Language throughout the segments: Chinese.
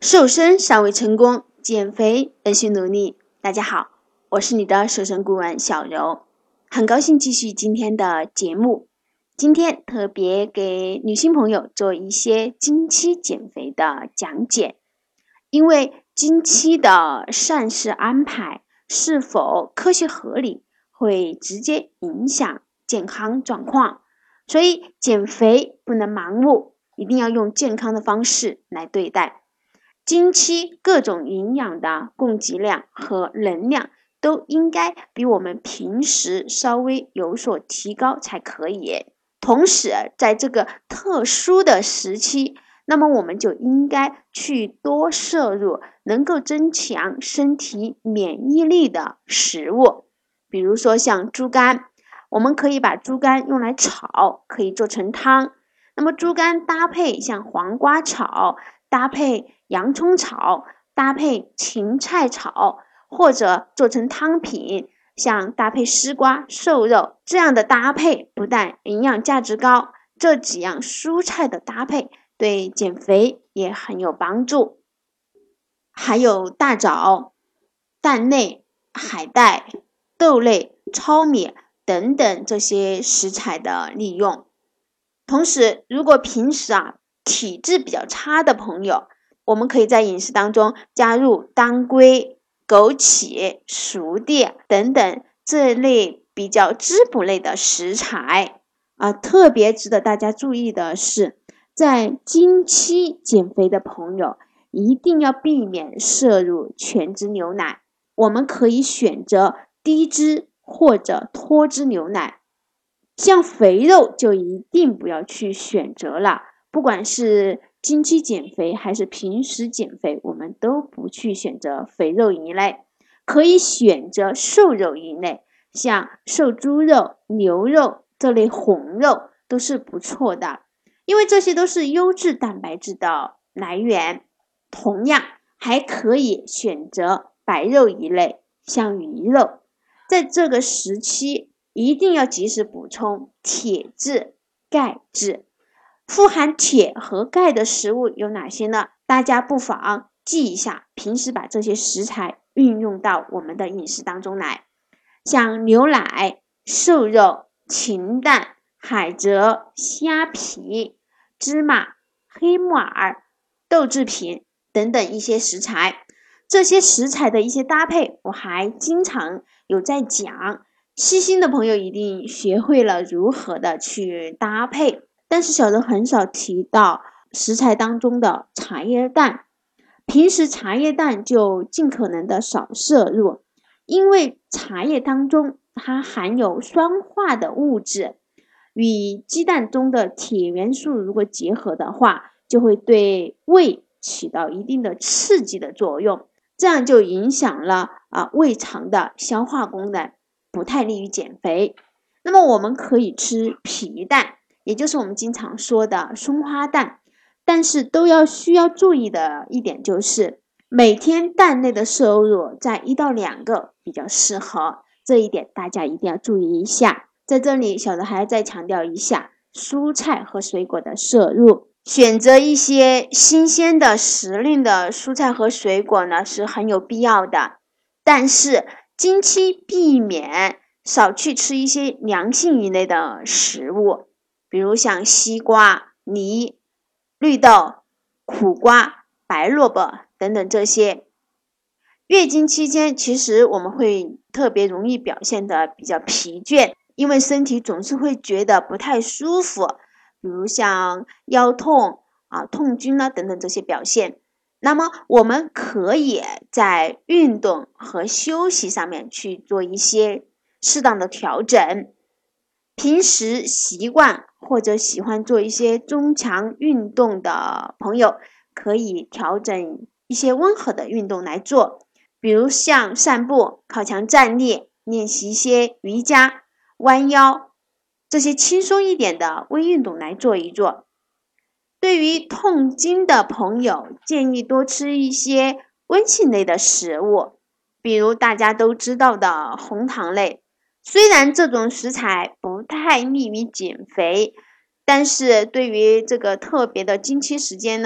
瘦身尚未成功，减肥仍需努力。大家好，我是你的瘦身顾问小柔，很高兴继续今天的节目。今天特别给女性朋友做一些经期减肥的讲解，因为经期的膳食安排是否科学合理，会直接影响健康状况，所以减肥不能盲目，一定要用健康的方式来对待。经期各种营养的供给量和能量都应该比我们平时稍微有所提高才可以。同时在这个特殊的时期，那么我们就应该去多摄入能够增强身体免疫力的食物，比如说像猪肝，我们可以把猪肝用来炒，可以做成汤。那么猪肝搭配像黄瓜炒，搭配洋葱炒，搭配芹菜炒，或者做成汤品，像搭配丝瓜、瘦肉这样的搭配，不但营养价值高，这几样蔬菜的搭配对减肥也很有帮助。还有大枣、蛋类、海带、豆类、糙米等等这些食材的利用。同时，如果平时体质比较差的朋友，我们可以在饮食当中加入当归、枸杞、熟地等等这类比较滋补类的食材。特别值得大家注意的是，在经期减肥的朋友一定要避免摄入全脂牛奶，我们可以选择低脂或者脱脂牛奶。像肥肉就一定不要去选择了，不管是经期减肥还是平时减肥，我们都不去选择肥肉一类，可以选择瘦肉一类，像瘦猪肉、牛肉这类红肉都是不错的，因为这些都是优质蛋白质的来源。同样还可以选择白肉一类，像鱼肉。在这个时期一定要及时补充铁质、钙质。富含铁和钙的食物有哪些呢？大家不妨记一下，平时把这些食材运用到我们的饮食当中来。像牛奶、瘦肉、禽蛋、海蜇、虾皮、芝麻、黑木耳、豆制品等等一些食材。这些食材的一些搭配，我还经常有在讲，细心的朋友一定学会了如何的去搭配。但是小柔很少提到食材当中的茶叶蛋，平时茶叶蛋就尽可能的少摄入，因为茶叶当中它含有酸化的物质，与鸡蛋中的铁元素如果结合的话，就会对胃起到一定的刺激的作用，这样就影响了胃肠的消化功能，不太利于减肥。那么我们可以吃皮蛋，也就是我们经常说的松花蛋，但是需要注意的一点就是，每天蛋类的摄入在1到2个比较适合，这一点大家一定要注意一下。在这里小柔还要再强调一下，蔬菜和水果的摄入，选择一些新鲜的时令的蔬菜和水果呢是很有必要的，但是经期避免少去吃一些凉性一类的食物，比如像西瓜、梨、绿豆、苦瓜、白萝卜等等这些。月经期间其实我们会特别容易表现得比较疲倦，因为身体总是会觉得不太舒服，比如像腰痛痛经等等这些表现。那么我们可以在运动和休息上面去做一些适当的调整。平时习惯或者喜欢做一些中强运动的朋友，可以调整一些温和的运动来做，比如像散步、靠墙站立，练习一些瑜伽、弯腰，这些轻松一点的微运动来做一做。对于痛经的朋友，建议多吃一些温性类的食物，比如大家都知道的红糖类。虽然这种食材不太利于减肥，但是对于这个特别的经期时间呢，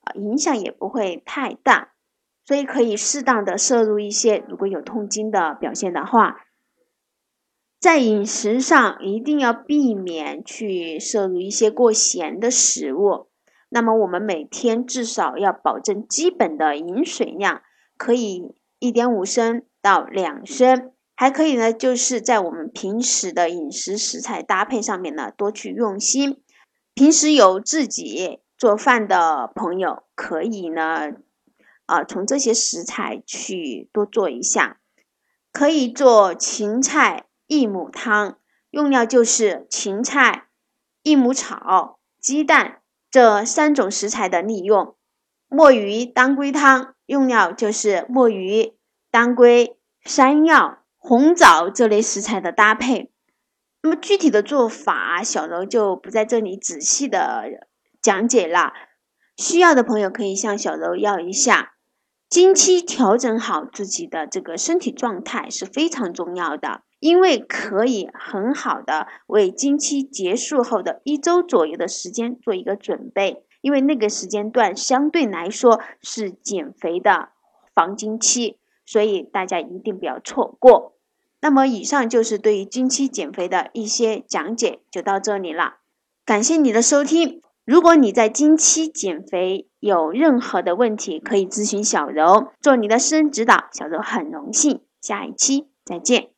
影响也不会太大，所以可以适当的摄入一些，如果有痛经的表现的话，在饮食上一定要避免去摄入一些过咸的食物。那么我们每天至少要保证基本的饮水量，可以1.5升到2升，还可以呢，就是在我们平时的饮食食材搭配上面呢，多去用心。平时有自己做饭的朋友，可以呢，从这些食材去多做一下。可以做芹菜益母汤，用料就是芹菜、益母草、鸡蛋这3种食材的利用。墨鱼当归汤，用料就是墨鱼、当归、山药、红枣这类食材的搭配。那么具体的做法，小柔就不在这里仔细的讲解了，需要的朋友可以向小柔要一下。经期调整好自己的这个身体状态是非常重要的，因为可以很好的为经期结束后的1周左右的时间做一个准备，因为那个时间段相对来说是减肥的黄金期，所以大家一定不要错过。那么以上就是对于经期减肥的一些讲解，就到这里了。感谢你的收听。如果你在经期减肥有任何的问题，可以咨询小柔，做你的私人指导，小柔很荣幸。下一期再见。